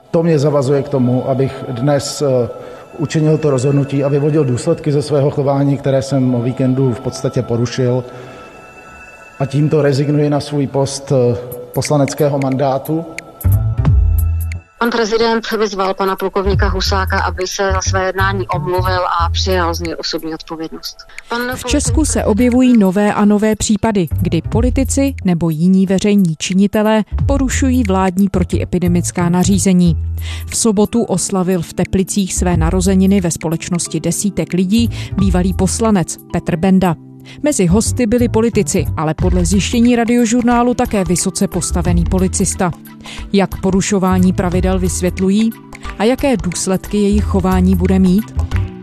To mě zavazuje k tomu, abych dnes učinil to rozhodnutí a vyvodil důsledky ze svého chování, které jsem o víkendu v podstatě porušil, a tímto rezignuji na svůj post poslaneckého mandátu. Pan prezident vyzval pana plukovníka Husáka, aby se za své jednání omluvil a přijal z něj osobní odpovědnost. V Česku se objevují nové a nové případy, kdy politici nebo jiní veřejní činitelé porušují vládní protiepidemická nařízení. V sobotu oslavil v Teplicích své narozeniny ve společnosti desítek lidí bývalý poslanec Petr Benda. Mezi hosty byli politici, ale podle zjištění Radiožurnálu také vysoce postavený policista. Jak porušování pravidel vysvětlují a jaké důsledky jejich chování bude mít?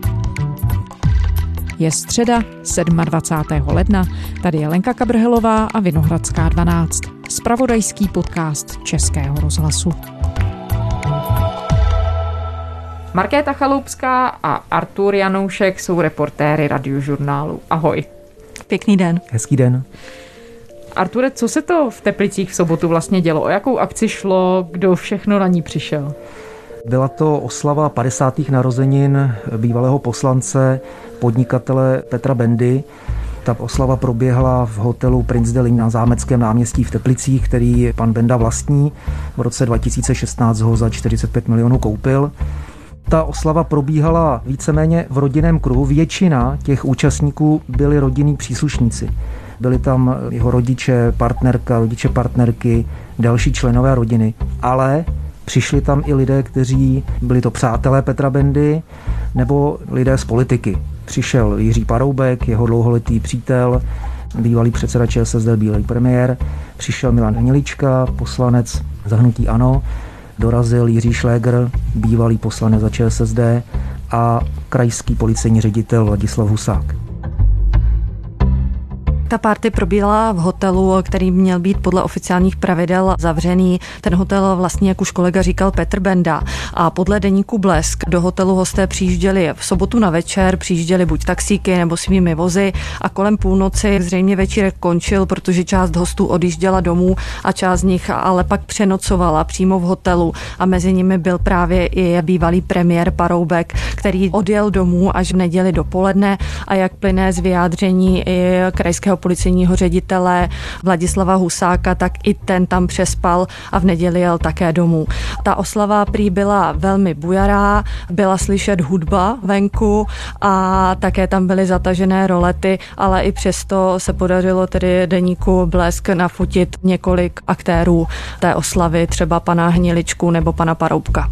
Je středa 27. ledna, tady je Lenka Kabrhelová a Vinohradská 12, zpravodajský podcast Českého rozhlasu. Markéta Chaloupská a Artur Janoušek jsou reportéry Radiožurnálu. Ahoj. Pěkný den. Hezký den. Arture, co se to v Teplicích v sobotu vlastně dělo? O jakou akci šlo? Kdo všechno na ní přišel? Byla to oslava 50. narozenin bývalého poslance, podnikatele Petra Bendy. Ta oslava proběhla v hotelu Prince de Ligne na Zámeckém náměstí v Teplicích, který pan Benda vlastní. V roce 2016 ho za 45 milionů koupil. Ta oslava probíhala víceméně v rodinném kruhu. Většina těch účastníků byli rodinní příslušníci. Byli tam jeho rodiče, partnerka, rodiče partnerky, další členové rodiny. Ale přišli tam i lidé, kteří byli to přátelé Petra Bendy nebo lidé z politiky. Přišel Jiří Paroubek, jeho dlouholetý přítel, bývalý předseda ČSSD, bývalý premiér. Přišel Milan Hnilička, poslanec za hnutí ANO. Dorazil Jiří Šlégr, bývalý poslanec za ČSSD, a krajský policejní ředitel Ladislav Husák. Ta party probíhala v hotelu, který měl být podle oficiálních pravidel zavřený. Ten hotel vlastně, jak už kolega říkal, Petr Benda. A podle deníku Blesk do hotelu hosté přijížděli v sobotu na večer, přijížděli buď taxíky nebo svými vozy a kolem půlnoci zřejmě večírek končil, protože část hostů odjížděla domů a část z nich ale pak přenocovala přímo v hotelu a mezi nimi byl právě i bývalý premiér Paroubek, který odjel domů až v neděli dopoledne, a jak plyne z vyjádření i krajského policejního ředitele Vladislava Husáka, tak i ten tam přespal a v neděli jel také domů. Ta oslava prý byla velmi bujará, byla slyšet hudba venku a také tam byly zatažené rolety, ale i přesto se podařilo tedy deníku Blesk nafotit několik aktérů té oslavy, třeba pana Hniličku nebo pana Paroubka.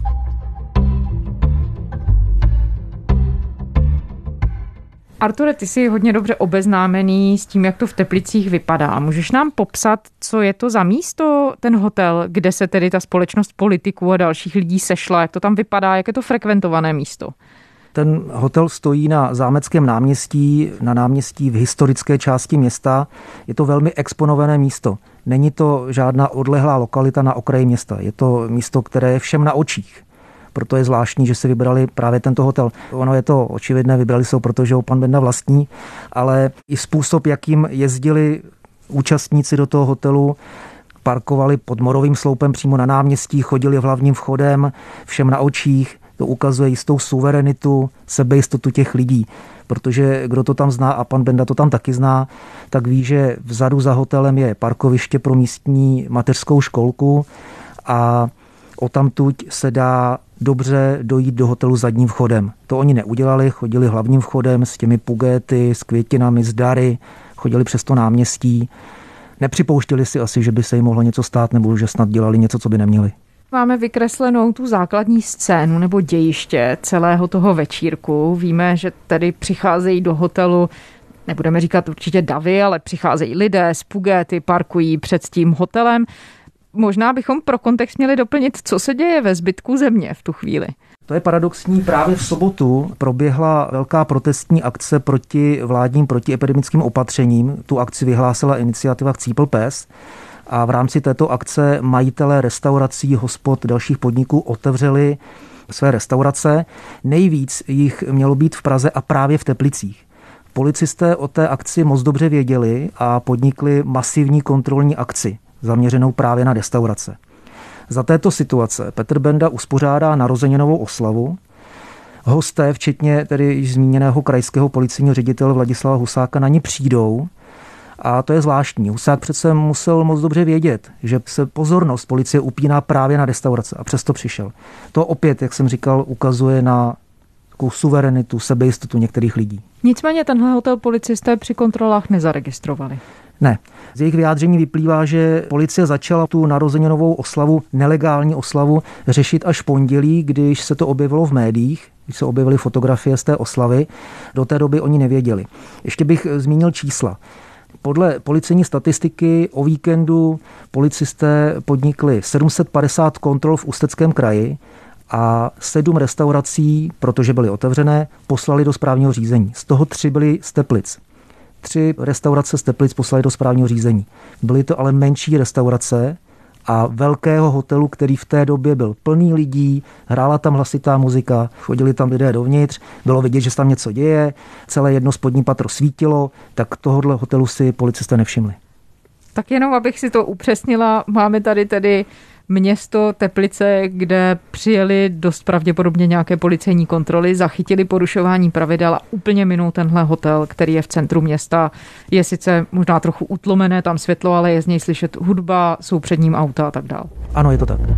Arture, ty jsi hodně dobře obeznámený s tím, jak to v Teplicích vypadá. Můžeš nám popsat, co je to za místo, ten hotel, kde se tedy ta společnost politiků a dalších lidí sešla, jak to tam vypadá, jak je to frekventované místo? Ten hotel stojí na Zámeckém náměstí, na náměstí v historické části města. Je to velmi exponované místo. Není to žádná odlehlá lokalita na okraji města. Je to místo, které je všem na očích. Proto je zvláštní, že si vybrali právě tento hotel. Ono je to očividné, vybrali se ho, protože ho pan Benda vlastní, ale i způsob, jakým jezdili účastníci do toho hotelu, parkovali pod morovým sloupem přímo na náměstí, chodili hlavním vchodem, všem na očích. To ukazuje jistou suverenitu, sebejistotu těch lidí. Protože kdo to tam zná, a pan Benda to tam taky zná, tak ví, že vzadu za hotelem je parkoviště pro místní mateřskou školku a odtamtud se dá dobře dojít do hotelu zadním vchodem. To oni neudělali, chodili hlavním vchodem s těmi pugéty, s květinami, s dary, chodili přes to náměstí. Nepřipouštěli si asi, že by se jim mohlo něco stát, nebo že snad dělali něco, co by neměli. Máme vykreslenou tu základní scénu nebo dějiště celého toho večírku. Víme, že tady přicházejí do hotelu, nebudeme říkat určitě davy, ale přicházejí lidé z pugéty, parkují před tím hotelem. Možná bychom pro kontext měli doplnit, co se děje ve zbytku země v tu chvíli. To je paradoxní. Právě v sobotu proběhla velká protestní akce proti vládním protiepidemickým opatřením. Tu akci vyhlásila iniciativa Chcípl pes. A v rámci této akce majitelé restaurací, hospod, dalších podniků otevřeli své restaurace. Nejvíc jich mělo být v Praze a právě v Teplicích. Policisté o té akci moc dobře věděli a podnikli masivní kontrolní akci zaměřenou právě na restaurace. Za této situace Petr Benda uspořádá narozeninovou oslavu. Hosté, včetně tedy již zmíněného krajského policejního ředitele Vladislava Husáka, na ní přijdou. A to je zvláštní. Husák přece musel moc dobře vědět, že se pozornost policie upíná právě na restaurace a přesto přišel. To opět, jak jsem říkal, ukazuje na takovou suverenitu, sebejistotu některých lidí. Nicméně tenhle hotel policisté při kontrolách nezaregistrovali. Ne. Z jejich vyjádření vyplývá, že policie začala tu narozeninovou oslavu, nelegální oslavu, řešit až v pondělí, když se to objevilo v médiích, když se objevily fotografie z té oslavy. Do té doby oni nevěděli. Ještě bych zmínil čísla. Podle policejní statistiky o víkendu policisté podnikli 750 kontrol v Ústeckém kraji a 7 restaurací, protože byly otevřené, poslali do správního řízení. Z toho 3 byly z Teplic. 3 restaurace z Teplic poslali do správního řízení. Byly to ale menší restaurace a velkého hotelu, který v té době byl plný lidí, hrála tam hlasitá muzika, chodili tam lidé dovnitř, bylo vidět, že se tam něco děje, celé jedno spodní patro svítilo, tak tohohle hotelu si policisté nevšimli. Tak jenom, abych si to upřesnila, máme tady tedy město Teplice, kde přijeli dost pravděpodobně nějaké policejní kontroly, zachytili porušování pravidel a úplně minul tenhle hotel, který je v centru města. Je sice možná trochu utlumené tam světlo, ale je z něj slyšet hudba, jsou před ním auta a tak dál. Ano, je to tak.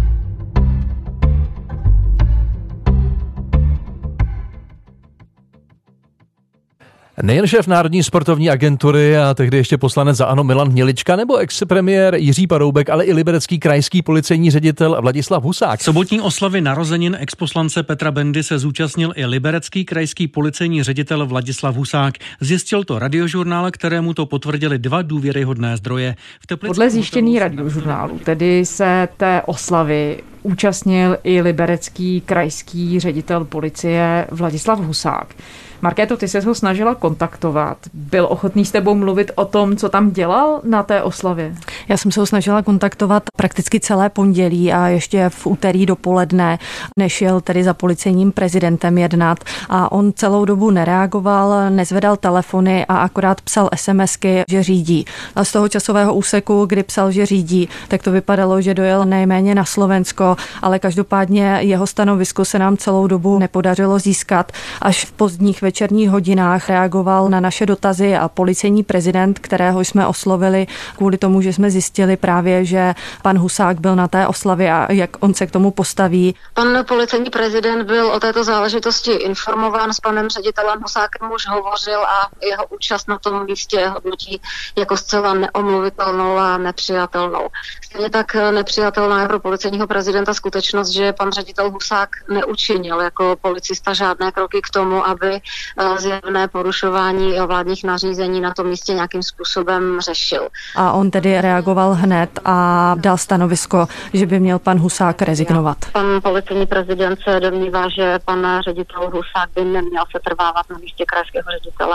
Nejen šéf Národní sportovní agentury a tehdy ještě poslanec za ANO Milan Hnilička nebo ex-premiér Jiří Paroubek, ale i liberecký krajský policejní ředitel Vladislav Husák. Sobotní oslavy narozenin exposlance Petra Bendy se zúčastnil i liberecký krajský policejní ředitel Vladislav Husák. Zjistil to Radiožurnál, kterému to potvrdili 2 důvěryhodné zdroje. Podle zjištění Radiožurnálu tedy se té oslavy účastnil i liberecký krajský ředitel policie Vladislav Husák. Markéto, ty se ho snažila kontaktovat. Byl ochotný s tebou mluvit o tom, co tam dělal na té oslavě? Já jsem se ho snažila kontaktovat prakticky celé pondělí a ještě v úterý dopoledne, než jel tedy za policejním prezidentem jednat. A on celou dobu nereagoval, nezvedal telefony a akorát psal SMSky, že řídí. A z toho časového úseku, kdy psal, že řídí, tak to vypadalo, že dojel nejméně na Slovensko, ale každopádně jeho stanovisko se nám celou dobu nepodařilo získat. Až v pozdních večerních hodinách reagoval na naše dotazy a policejní prezident, kterého jsme oslovili kvůli tomu, že jsme zjistili právě, že pan Husák byl na té oslavě a jak on se k tomu postaví. Pan policejní prezident byl o této záležitosti informován, s panem ředitelem Husákem už hovořil a jeho účast na tom místě hodnotí jako zcela neomluvitelnou a nepřijatelnou. Stejně tak nepřijatelná je pro policejního prezidenta skutečnost, že pan ředitel Husák neučinil jako policista žádné kroky k tomu, aby zjevné porušování vládních nařízení na tom místě nějakým způsobem řešil. A on tedy reagoval hned a dal stanovisko, že by měl pan Husák rezignovat. Pan policejní prezident se domnívá, že pan ředitel Husák by neměl se trvávat na místě krajského ředitele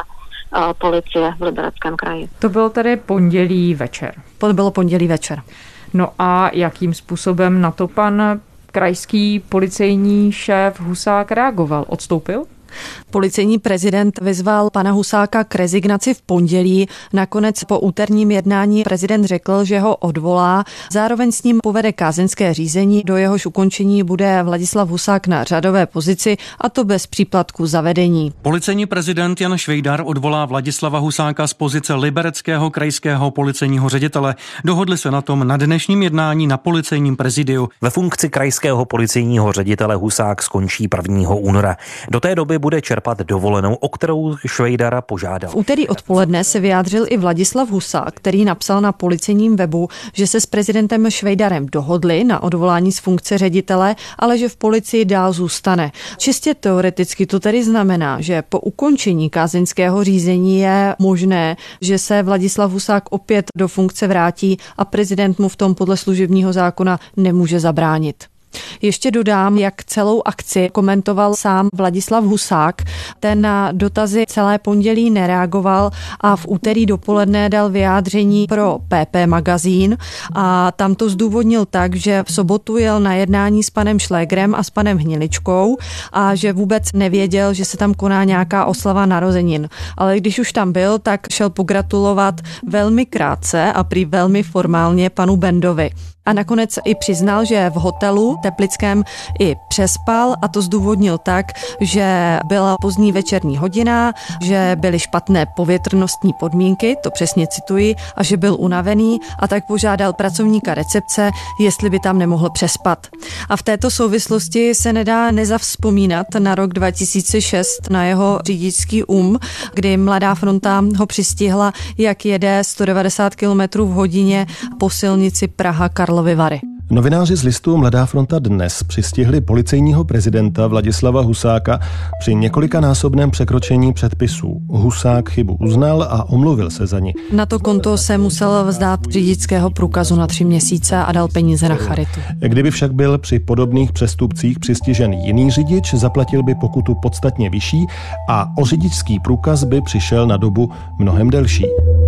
policie v Libereckém kraji. To bylo tedy pondělí večer. To bylo pondělí večer. No a jakým způsobem na to pan krajský policejní šéf Husák reagoval? Odstoupil? Policejní prezident vyzval pana Husáka k rezignaci v pondělí. Nakonec po úterním jednání prezident řekl, že ho odvolá. Zároveň s ním povede kázeňské řízení, do jehož ukončení bude Vladislav Husák na řadové pozici, a to bez příplatku za vedení. Policejní prezident Jan Švejdar odvolá Vladislava Husáka z pozice libereckého krajského policejního ředitele. Dohodli se na tom na dnešním jednání na policejním prezidiu. Ve funkci krajského policejního ředitele Husák skončí 1. února. Do té doby bude čerpat dovolenou, o kterou Švejdara požádal. V úterý odpoledne se vyjádřil i Vladislav Husák, který napsal na policejním webu, že se s prezidentem Švejdarem dohodli na odvolání z funkce ředitele, ale že v policii dál zůstane. Čistě teoreticky to tedy znamená, že po ukončení kázeňského řízení je možné, že se Vladislav Husák opět do funkce vrátí a prezident mu v tom podle služebního zákona nemůže zabránit. Ještě dodám, jak celou akci komentoval sám Vladislav Husák. Ten na dotazy celé pondělí nereagoval a v úterý dopoledne dal vyjádření pro PP magazín a tam to zdůvodnil tak, že v sobotu jel na jednání s panem Šlégrem a s panem Hniličkou a že vůbec nevěděl, že se tam koná nějaká oslava narozenin. Ale když už tam byl, tak šel pogratulovat velmi krátce a prý velmi formálně panu Bendovi. A nakonec i přiznal, že v hotelu teplickém i přespal a to zdůvodnil tak, že byla pozdní večerní hodina, že byly špatné povětrnostní podmínky, to přesně cituji, a že byl unavený a tak požádal pracovníka recepce, jestli by tam nemohl přespat. A v této souvislosti se nedá nezavzpomínat na rok 2006, na jeho řidičský kdy Mladá fronta ho přistihla, jak jede 190 km v hodině po silnici Praha-Karlovy Vary. Novináři z listu Mladá fronta Dnes přistihli policejního prezidenta Vladislava Husáka při několikanásobném překročení předpisů. Husák chybu uznal a omluvil se za ní. Na to konto se musel vzdát řidičského průkazu na 3 měsíce a dal peníze na charitu. Kdyby však byl při podobných přestupcích přistižen jiný řidič, zaplatil by pokutu podstatně vyšší a o řidičský průkaz by přišel na dobu mnohem delší.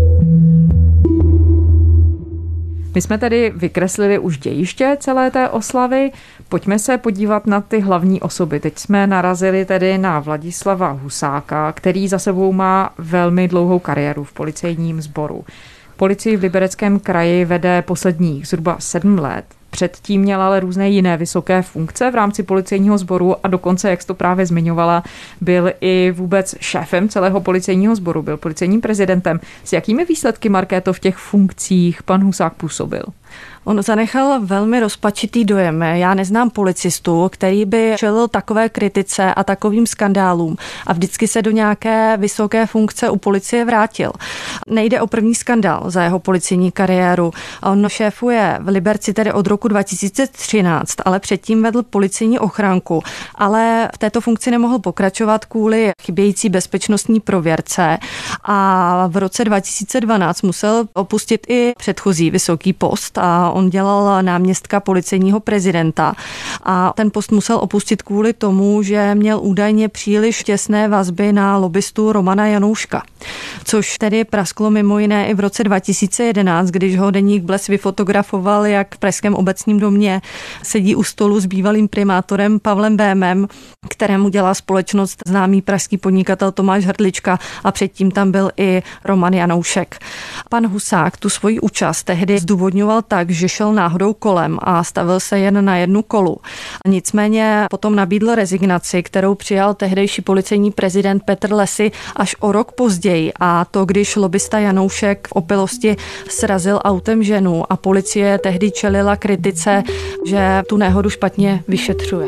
My jsme tedy vykreslili už dějiště celé té oslavy. Pojďme se podívat na ty hlavní osoby. Teď jsme narazili tedy na Vladislava Husáka, který za sebou má velmi dlouhou kariéru v policejním sboru. Policii v Libereckém kraji vede posledních zhruba 7 let. Předtím měl ale různé jiné vysoké funkce v rámci policejního sboru a dokonce, jak jsi to právě zmiňovala, byl i vůbec šéfem celého policejního sboru, byl policejním prezidentem. S jakými výsledky, Markéto, v těch funkcích pan Husák působil? On zanechal velmi rozpačitý dojem. Já neznám policistu, který by čelil takové kritice a takovým skandálům a vždycky se do nějaké vysoké funkce u policie vrátil. Nejde o první skandál za jeho policejní kariéru. On šéfuje v Liberci tedy od roku 2013, ale předtím vedl policejní ochránku, ale v této funkci nemohl pokračovat kvůli chybějící bezpečnostní prověrce a v roce 2012 musel opustit i předchozí vysoký post a on dělal náměstka policejního prezidenta a ten post musel opustit kvůli tomu, že měl údajně příliš těsné vazby na lobistu Romana Janouška, což tedy prasklo mimo jiné i v roce 2011, když ho deník Blesk vyfotografoval, jak v Pražském obecním domě sedí u stolu s bývalým primátorem Pavlem Bémem, kterému dělá společnost známý pražský podnikatel Tomáš Hrdlička a předtím tam byl i Roman Janoušek. Pan Husák tu svoji účast tehdy zdůvodňoval tak, že šel náhodou kolem a stavil se jen na jednu kolu. Nicméně potom nabídl rezignaci, kterou přijal tehdejší policejní prezident Petr Lesy až o rok později, a to když lobista Janoušek v opilosti srazil autem ženu a policie tehdy čelila kritice, že tu nehodu špatně vyšetřuje.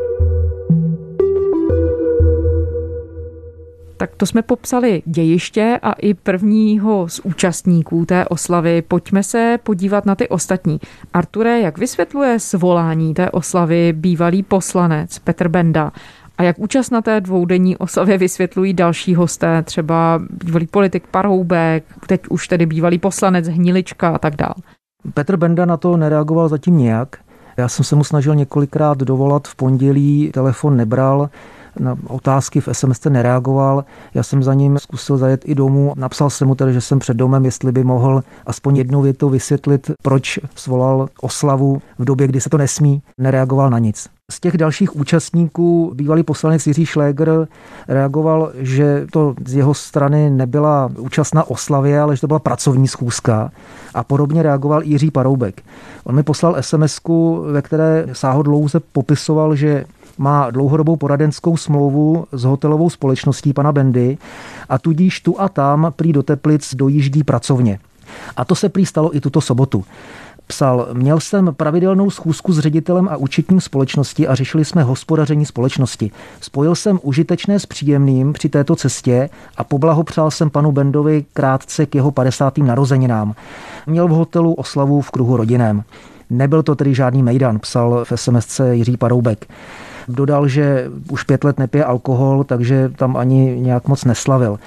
Tak to jsme popsali dějiště a i prvního z účastníků té oslavy. Pojďme se podívat na ty ostatní. Arture, jak vysvětluje svolání té oslavy bývalý poslanec Petr Benda a jak účast na té dvoudenní oslavě vysvětlují další hosté, třeba bývalý politik Paroubek, teď už tedy bývalý poslanec Hnilička a tak dál? Petr Benda na to nereagoval zatím nějak. Já jsem se mu snažil několikrát dovolat v pondělí, telefon nebral, na otázky v SMS nereagoval. Já jsem za ním zkusil zajet i domů. Napsal jsem mu tedy, že jsem před domem, jestli by mohl aspoň jednou větou vysvětlit, proč svolal oslavu v době, kdy se to nesmí. Nereagoval na nic. Z těch dalších účastníků bývalý poslanec Jiří Šlégr reagoval, že to z jeho strany nebyla účast na oslavě, ale že to byla pracovní schůzka. A podobně reagoval i Jiří Paroubek. On mi poslal SMS-ku, ve které sáhodlouze popisoval, že má dlouhodobou poradenskou smlouvu s hotelovou společností pana Bendy a tudíž tu a tam prý do Teplic dojíždí pracovně. A to se prý stalo i tuto sobotu. Psal, měl jsem pravidelnou schůzku s ředitelem a účetním společnosti a řešili jsme hospodaření společnosti. Spojil jsem užitečné s příjemným při této cestě a poblahopřál jsem panu Bendovi krátce k jeho 50. narozeninám. Měl v hotelu oslavu v kruhu rodinném. Nebyl to tedy žádný mejdan, psal v SMSce Jiří Paroubek. Dodal, že už 5 let nepije alkohol, takže tam ani nějak moc neslavil.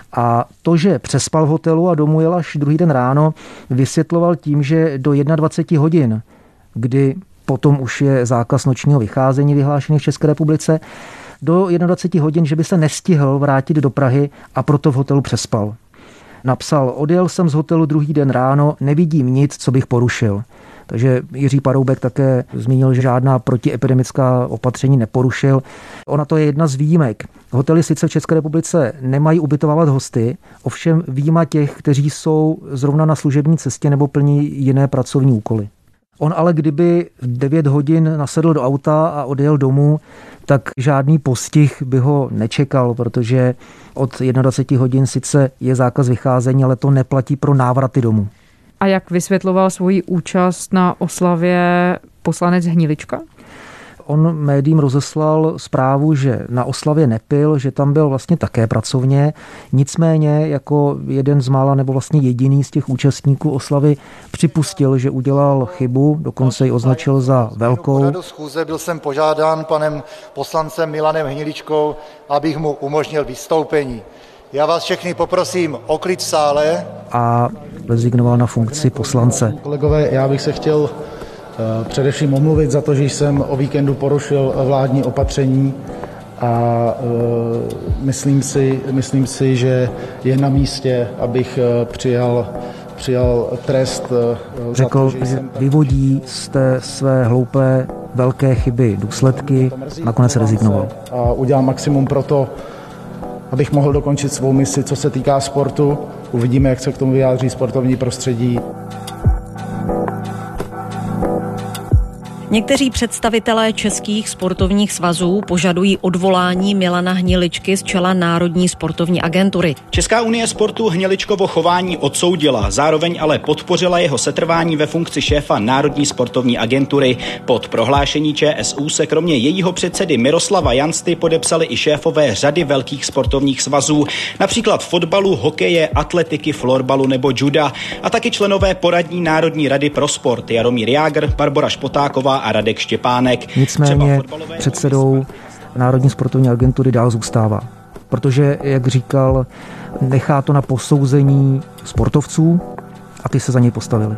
A to, že přespal v hotelu a domů jel až druhý den ráno, vysvětloval tím, že do 21 hodin, kdy potom už je zákaz nočního vycházení vyhlášený v České republice, do 21 hodin, že by se nestihl vrátit do Prahy a proto v hotelu přespal. Napsal, odjel jsem z hotelu druhý den ráno, nevidím nic, co bych porušil. Takže Jiří Paroubek také zmínil, že žádná protiepidemická opatření neporušil. Ona to je jedna z výjimek. Hotely sice v České republice nemají ubytovávat hosty, ovšem výjima těch, kteří jsou zrovna na služební cestě nebo plní jiné pracovní úkoly. On ale kdyby v 9 hodin nasedl do auta a odjel domů, tak žádný postih by ho nečekal, protože od 21 hodin sice je zákaz vycházení, ale to neplatí pro návraty domů. A jak vysvětloval svoji účast na oslavě poslanec Hnilička? On médiím rozeslal zprávu, že na oslavě nepil, že tam byl vlastně také pracovně. Nicméně jako jeden z mála nebo vlastně jediný z těch účastníků oslavy připustil, že udělal chybu, dokonce ji označil za velkou. Po schůze byl jsem požádán panem poslancem Milanem Hniličkou, abych mu umožnil vystoupení. Já vás všechny poprosím o klid v sále. A rezignoval na funkci poslance. Kolegové, já bych se chtěl především omluvit za to, že jsem o víkendu porušil vládní opatření a myslím si, že je na místě, abych přijal trest. Řekl, že vyvodí z té své hloupé velké chyby důsledky, nakonec rezignoval. A udělám maximum pro to, abych mohl dokončit svou misi, co se týká sportu. Uvidíme, jak se k tomu vyjádří sportovní prostředí. Někteří představitelé českých sportovních svazů požadují odvolání Milana Hniličky z čela Národní sportovní agentury. Česká unie sportu Hniličkovo chování odsoudila, zároveň ale podpořila jeho setrvání ve funkci šéfa Národní sportovní agentury. Pod prohlášení ČSÚ se kromě jejího předsedy Miroslava Jansty podepsali i šéfové řady velkých sportovních svazů, například fotbalu, hokeje, atletiky, florbalu nebo juda, a taky členové poradní Národní rady pro sport Jaromír Jágr, Barbora Špotáková a Radek Štěpánek. Nicméně předsedou Národní sportovní agentury dál zůstává, protože, jak říkal, nechá to na posouzení sportovců a ty se za něj postavili.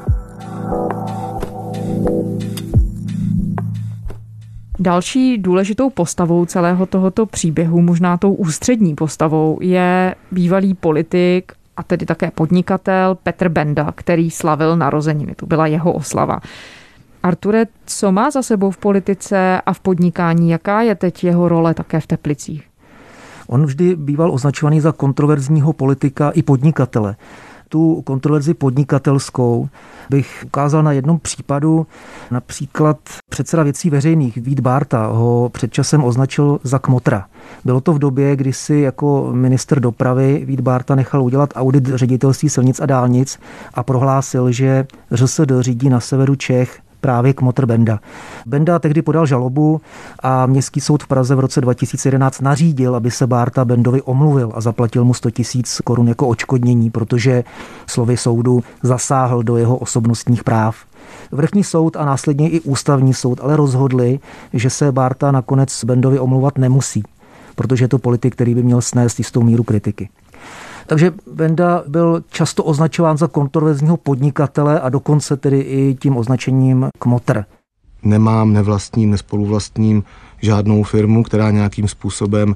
Další důležitou postavou celého tohoto příběhu, možná tou ústřední postavou, je bývalý politik a tedy také podnikatel Petr Benda, který slavil narozeniny. To byla jeho oslava. Arture, co má za sebou v politice a v podnikání? Jaká je teď jeho role také v Teplicích? On vždy býval označovaný za kontroverzního politika i podnikatele. Tu kontroverzi podnikatelskou bych ukázal na jednom případu. Například předseda Věcí veřejných Vít Bárta ho před časem označil za kmotra. Bylo to v době, kdy si jako ministr dopravy Vít Bárta nechal udělat audit ředitelství silnic a dálnic a prohlásil, že ŘSD řídí na severu Čech právě kmotr Benda. Benda tehdy podal žalobu a Městský soud v Praze v roce 2011 nařídil, aby se Bárta Bendovi omluvil a zaplatil mu 100 000 korun jako odškodnění, protože slovy soudu zasáhl do jeho osobnostních práv. Vrchní soud a následně i ústavní soud ale rozhodli, že se Bárta nakonec Bendovi omlouvat nemusí, protože je to politik, který by měl snést jistou míru kritiky. Takže Benda byl často označován za kontroverzního podnikatele a dokonce tedy i tím označením kmotr. Nemám, nevlastním, nespoluvlastním žádnou firmu, která nějakým způsobem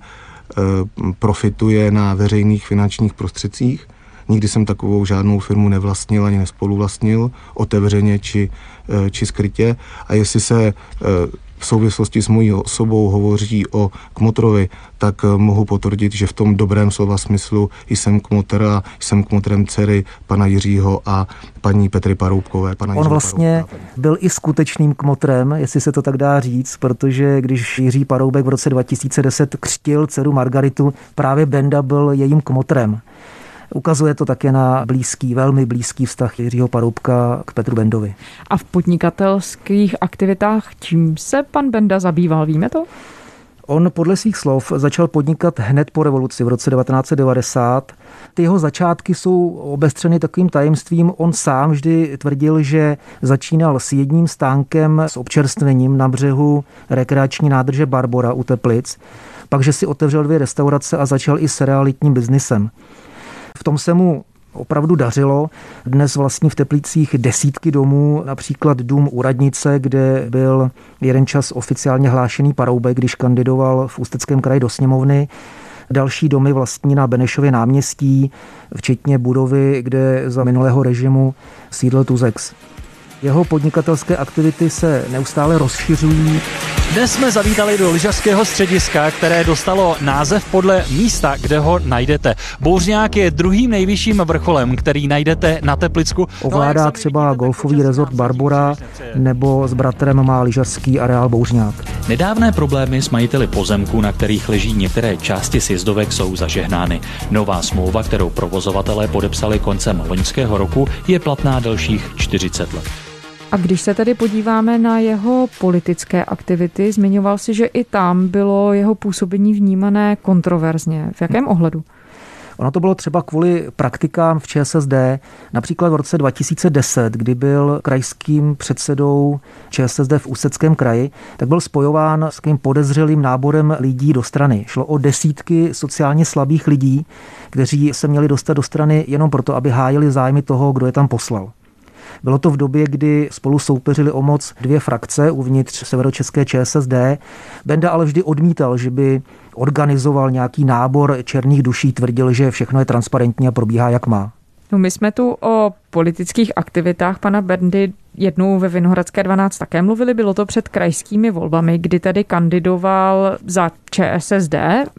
profituje na veřejných finančních prostředcích. Nikdy jsem takovou žádnou firmu nevlastnil ani nespoluvlastnil, otevřeně či skrytě. A jestli se v souvislosti s mojí osobou hovoří o kmotrovi, tak mohu potvrdit, že v tom dobrém slova smyslu jsem kmotr a jsem kmotrem dcery pana Jiřího a paní Petry Paroubkové. On vlastně byl i skutečným kmotrem, jestli se to tak dá říct, protože když Jiří Paroubek v roce 2010 křtil dceru Margaritu, právě Benda byl jejím kmotrem. Ukazuje to také na velmi blízký vztah Jiřího Paroubka k Petru Bendovi. A v podnikatelských aktivitách čím se pan Benda zabýval, víme to? On podle svých slov začal podnikat hned po revoluci v roce 1990. Ty jeho začátky jsou obestřeny takovým tajemstvím. On sám vždy tvrdil, že začínal s jedním stánkem s občerstvením na břehu rekreační nádrže Barbora u Teplic, pak že si otevřel 2 restaurace a začal i s realitním biznisem. V tom se mu opravdu dařilo. Dnes vlastní v Teplicích desítky domů, například dům u radnice, kde byl jeden čas oficiálně hlášený Paroubek, když kandidoval v Ústeckém kraji do sněmovny. Další domy vlastní na Benešově náměstí, včetně budovy, kde za minulého režimu sídlil Tuzex. Jeho podnikatelské aktivity se neustále rozšiřují. Dnes jsme zavítali do lyžařského střediska, které dostalo název podle místa, kde ho najdete. Bouřňák je druhým nejvyšším vrcholem, který najdete na Teplicku. Ovládá třeba golfový rezort Barbora nebo s bratrem má lyžařský areál Bouřňák. Nedávné problémy s majiteli pozemků, na kterých leží některé části sjezdovek, jsou zažehnány. Nová smlouva, kterou provozovatelé podepsali koncem loňského roku, je platná dalších 40 let. A když se tedy podíváme na jeho politické aktivity, zmiňoval si, že i tam bylo jeho působení vnímané kontroverzně. V jakém ohledu? Ono to bylo třeba kvůli praktikám v ČSSD, například v roce 2010, kdy byl krajským předsedou ČSSD v Ústeckém kraji, tak byl spojován s takovým podezřelým náborem lidí do strany. Šlo o desítky sociálně slabých lidí, kteří se měli dostat do strany jenom proto, aby hájili zájmy toho, kdo je tam poslal. Bylo to v době, kdy spolu soupeřili o moc dvě frakce uvnitř severočeské ČSSD. Benda ale vždy odmítal, že by organizoval nějaký nábor černých duší, tvrdil, že všechno je transparentní a probíhá jak má. No, my jsme tu o politických aktivitách pana Bendy jednou ve Vinohradské 12 také mluvili. Bylo to před krajskými volbami, kdy tedy kandidoval za ČSSD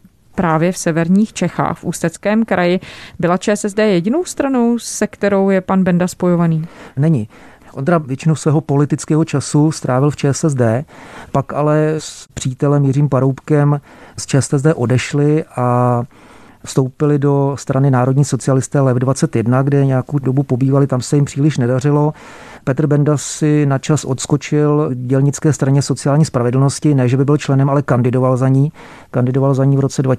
právě v severních Čechách, v Ústeckém kraji. Byla ČSSD jedinou stranou, se kterou je pan Benda spojovaný? Není. Ondra většinu svého politického času strávil v ČSSD, pak ale s přítelem Jiřím Paroubkem z ČSSD odešli a vstoupili do strany Národní socialisté LEV 21, kde nějakou dobu pobývali, tam se jim příliš nedařilo. Petr Benda si na čas odskočil dělnické straně sociální spravedlnosti, ne, že by byl členem, ale kandidoval za ní. Kandidoval za ní v roce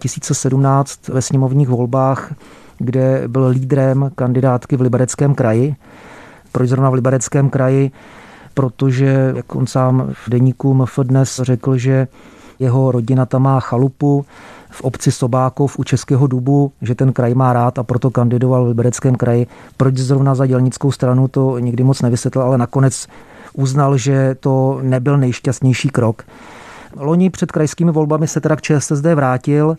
2017 ve sněmovních volbách, kde byl lídrem kandidátky v Libereckém kraji. Proč zrovna v Libereckém kraji? Protože, jak on sám v deníku MF dnes řekl, že jeho rodina tam má chalupu v obci Sobákov u Českého Dubu, že ten kraj má rád a proto kandidoval v Libereckém kraji. Proč zrovna za dělnickou stranu, to nikdy moc nevysvětlil, ale nakonec uznal, že to nebyl nejšťastnější krok. Loni před krajskými volbami se teda k ČSSD vrátil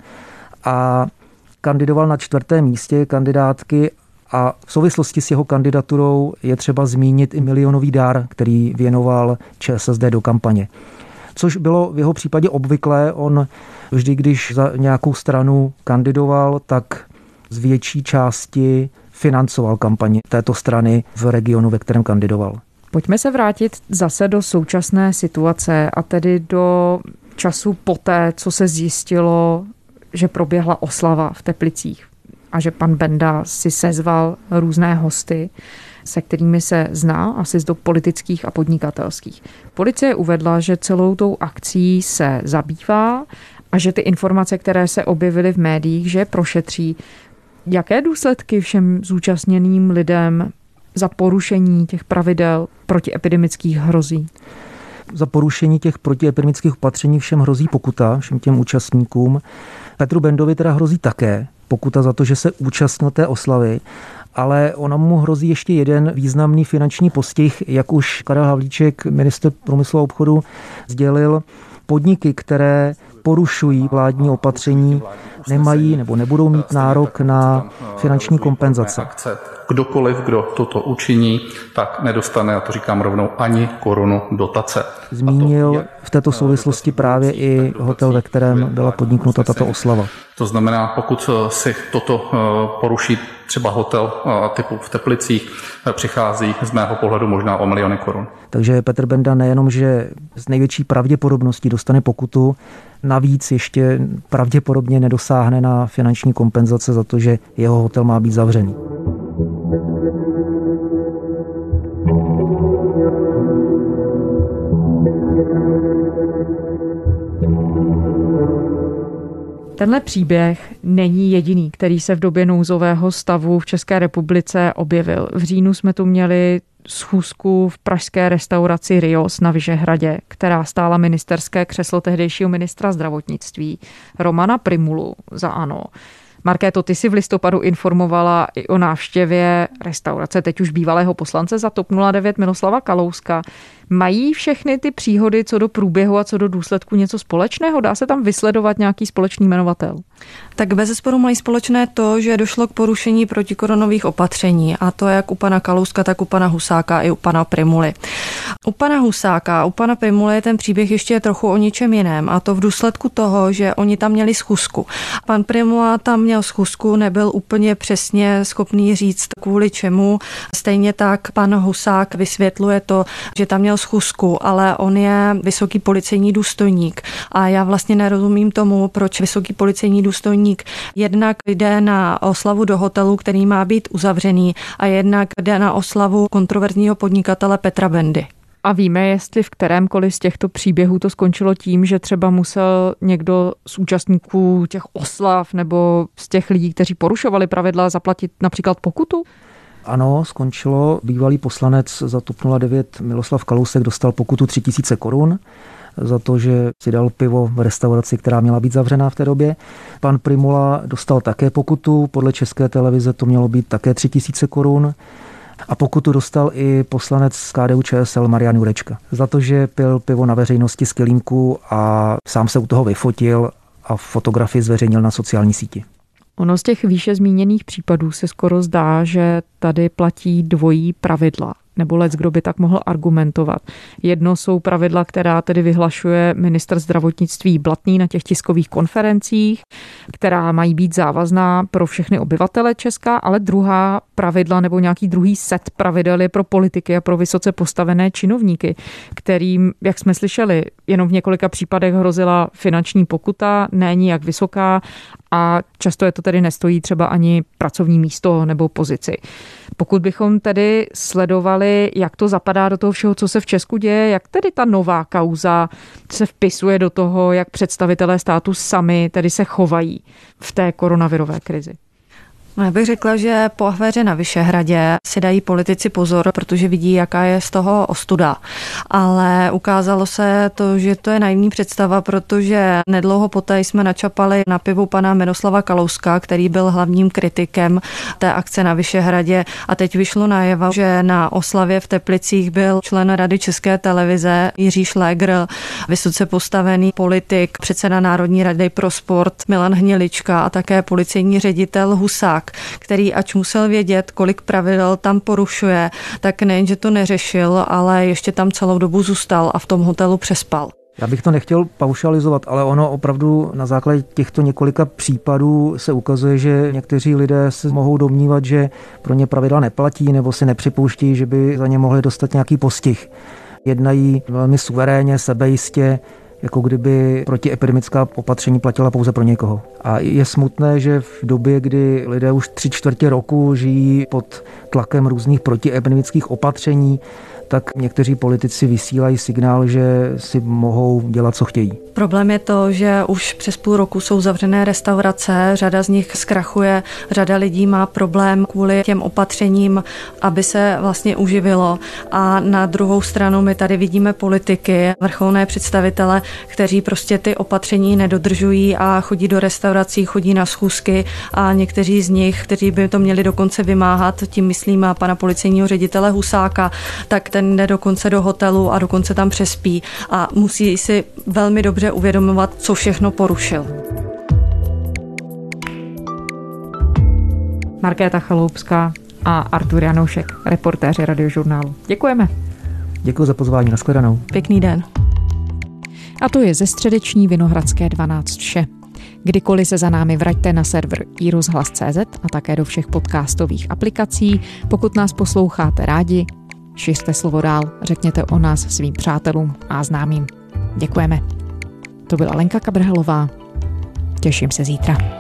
a kandidoval na 4. místě kandidátky a v souvislosti s jeho kandidaturou je třeba zmínit i milionový dar, který věnoval ČSSD do kampaně. Což bylo v jeho případě obvyklé. On vždy, když za nějakou stranu kandidoval, tak z větší části financoval kampaně této strany v regionu, ve kterém kandidoval. Pojďme se vrátit zase do současné situace a tedy do času poté, co se zjistilo, že proběhla oslava v Teplicích a že pan Benda si sezval různé hosty, se kterými se zná, asi z dob politických a podnikatelských. Policie uvedla, že celou tou akcí se zabývá a že ty informace, které se objevily v médiích, že prošetří. Jaké důsledky všem zúčastněným lidem za porušení těch pravidel protiepidemických hrozí? Za porušení těch protiepidemických opatření všem hrozí pokuta, všem těm účastníkům. Petru Bendovi teda hrozí také pokuta za to, že se účastnil té oslavy, ale ono mu hrozí ještě jeden významný finanční postih, jak už Karel Havlíček, ministr průmyslu a obchodu, sdělil. Podniky, které porušují vládní opatření, nemají nebo nebudou mít nárok na finanční kompenzace. Kdokoliv, kdo toto učiní, tak nedostane, a to říkám rovnou, ani korunu dotace. Zmínil v této souvislosti právě i hotel, ve kterém byla podniknuta tato oslava. To znamená, pokud si toto poruší třeba hotel typu v Teplicích, přichází z mého pohledu možná o miliony korun. Takže Petr Benda nejenom, že s největší pravděpodobností dostane pokutu, navíc ještě pravděpodobně nedosáhne na finanční kompenzace za to, že jeho hotel má být zavřený. Tenhle příběh není jediný, který se v době nouzového stavu v České republice objevil. V říjnu jsme tu měli schůzku v pražské restauraci Rios na Vyšehradě, která stála ministerské křeslo tehdejšího ministra zdravotnictví Romana Prymulu za ANO. Markéto, ty si v listopadu informovala i o návštěvě restaurace teď už bývalého poslance za TOP 09 Miroslava Kalouska. Mají všechny ty příhody co do průběhu a co do důsledku něco společného? Dá se tam vysledovat nějaký společný jmenovatel? Tak bezesporu mají společné to, že došlo k porušení protikoronových opatření, a to jak u pana Kalouska, tak u pana Husáka i u pana Prymuly. U pana Husáka a u pana Prymuly je ten příběh ještě trochu o ničem jiném, a to v důsledku toho, že oni tam měli schůzku. Pan Prymula tam měl schůzku, nebyl úplně přesně schopný říct kvůli čemu. Stejně tak pan Husák vysvětluje to, že tam měl schůzku, ale on je vysoký policejní důstojník a já vlastně nerozumím tomu, proč vysoký policejní důstojník jednak jde na oslavu do hotelu, který má být uzavřený, a jednak jde na oslavu kontroverzního podnikatele Petra Bendy. A víme, jestli v kterémkoliv z těchto příběhů to skončilo tím, že třeba musel někdo z účastníků těch oslav nebo z těch lidí, kteří porušovali pravidla, zaplatit například pokutu? Ano, skončilo. Bývalý poslanec za TOP 09 Miroslav Kalousek dostal pokutu 3000 korun za to, že si dal pivo v restauraci, která měla být zavřená v té době. Pan Prymula dostal také pokutu, podle České televize to mělo být také 3000 korun. A pokutu dostal i poslanec z KDU-ČSL Marian Jurečka za to, že pil pivo na veřejnosti z kelímku a sám se u toho vyfotil a fotografii zveřejnil na sociální síti. Ono z těch výše zmíněných případů se skoro zdá, že tady platí dvojí pravidla, nebo leckdo by tak mohl argumentovat. Jedno jsou pravidla, která tedy vyhlašuje ministr zdravotnictví Blatný na těch tiskových konferencích, která mají být závazná pro všechny obyvatele Česka, ale druhá pravidla nebo nějaký druhý set pravidel je pro politiky a pro vysoce postavené činovníky, kterým, jak jsme slyšeli, jenom v několika případech hrozila finanční pokuta, ne nijak vysoká, a často je to tedy nestojí třeba ani pracovní místo nebo pozici. Pokud bychom tedy sledovali, jak to zapadá do toho všeho, co se v Česku děje, jak tedy ta nová kauza se vpisuje do toho, jak představitelé státu sami tedy se chovají v té koronavirové krizi. Já bych řekla, že po aféře na Vyšehradě si dají politici pozor, protože vidí, jaká je z toho ostuda. Ale ukázalo se to, že to je naivní představa, protože nedlouho poté jsme načapali na pivu pana Miroslava Kalouska, který byl hlavním kritikem té akce na Vyšehradě, a teď vyšlo najevo, že na oslavě v Teplicích byl člen Rady České televize Jiří Šlégr, vysoce postavený politik, předseda Národní rady pro sport Milan Hnilička a také policejní ředitel Husák, který ač musel vědět, kolik pravidel tam porušuje, tak nejenže to neřešil, ale ještě tam celou dobu zůstal a v tom hotelu přespal. Já bych to nechtěl paušalizovat, ale ono opravdu na základě těchto několika případů se ukazuje, že někteří lidé se mohou domnívat, že pro ně pravidla neplatí nebo si nepřipouští, že by za ně mohli dostat nějaký postih. Jednají velmi suverénně, sebejistě, jako kdyby protiepidemická opatření platila pouze pro někoho. A je smutné, že v době, kdy lidé už 3/4 roku žijí pod tlakem různých protiepidemických opatření, tak někteří politici vysílají signál, že si mohou dělat, co chtějí. Problém je to, že už přes půl roku jsou zavřené restaurace, řada z nich zkrachuje, řada lidí má problém kvůli těm opatřením, aby se vlastně uživilo. A na druhou stranu my tady vidíme politiky, vrcholné představitele, kteří prostě ty opatření nedodržují a chodí do restaurací, chodí na schůzky, a někteří z nich, kteří by to měli dokonce vymáhat, tím myslím pana policejního ředitele Husáka, tak ten jde dokonce do hotelu a dokonce tam přespí a musí si velmi dobře uvědomovat, co všechno porušil. Markéta Chaloupská a Artur Janoušek, reportéři Radiožurnálu. Děkujeme. Děkuji za pozvání, nashledanou. Pěkný den. A to je ze středeční Vinohradské 12 vše. Kdykoliv se za námi vraťte na server iRozhlas.cz a také do všech podcastových aplikací. Pokud nás posloucháte rádi, šiřte slovo dál, řekněte o nás svým přátelům a známým. Děkujeme. To byla Lenka Kabrhelová. Těším se zítra.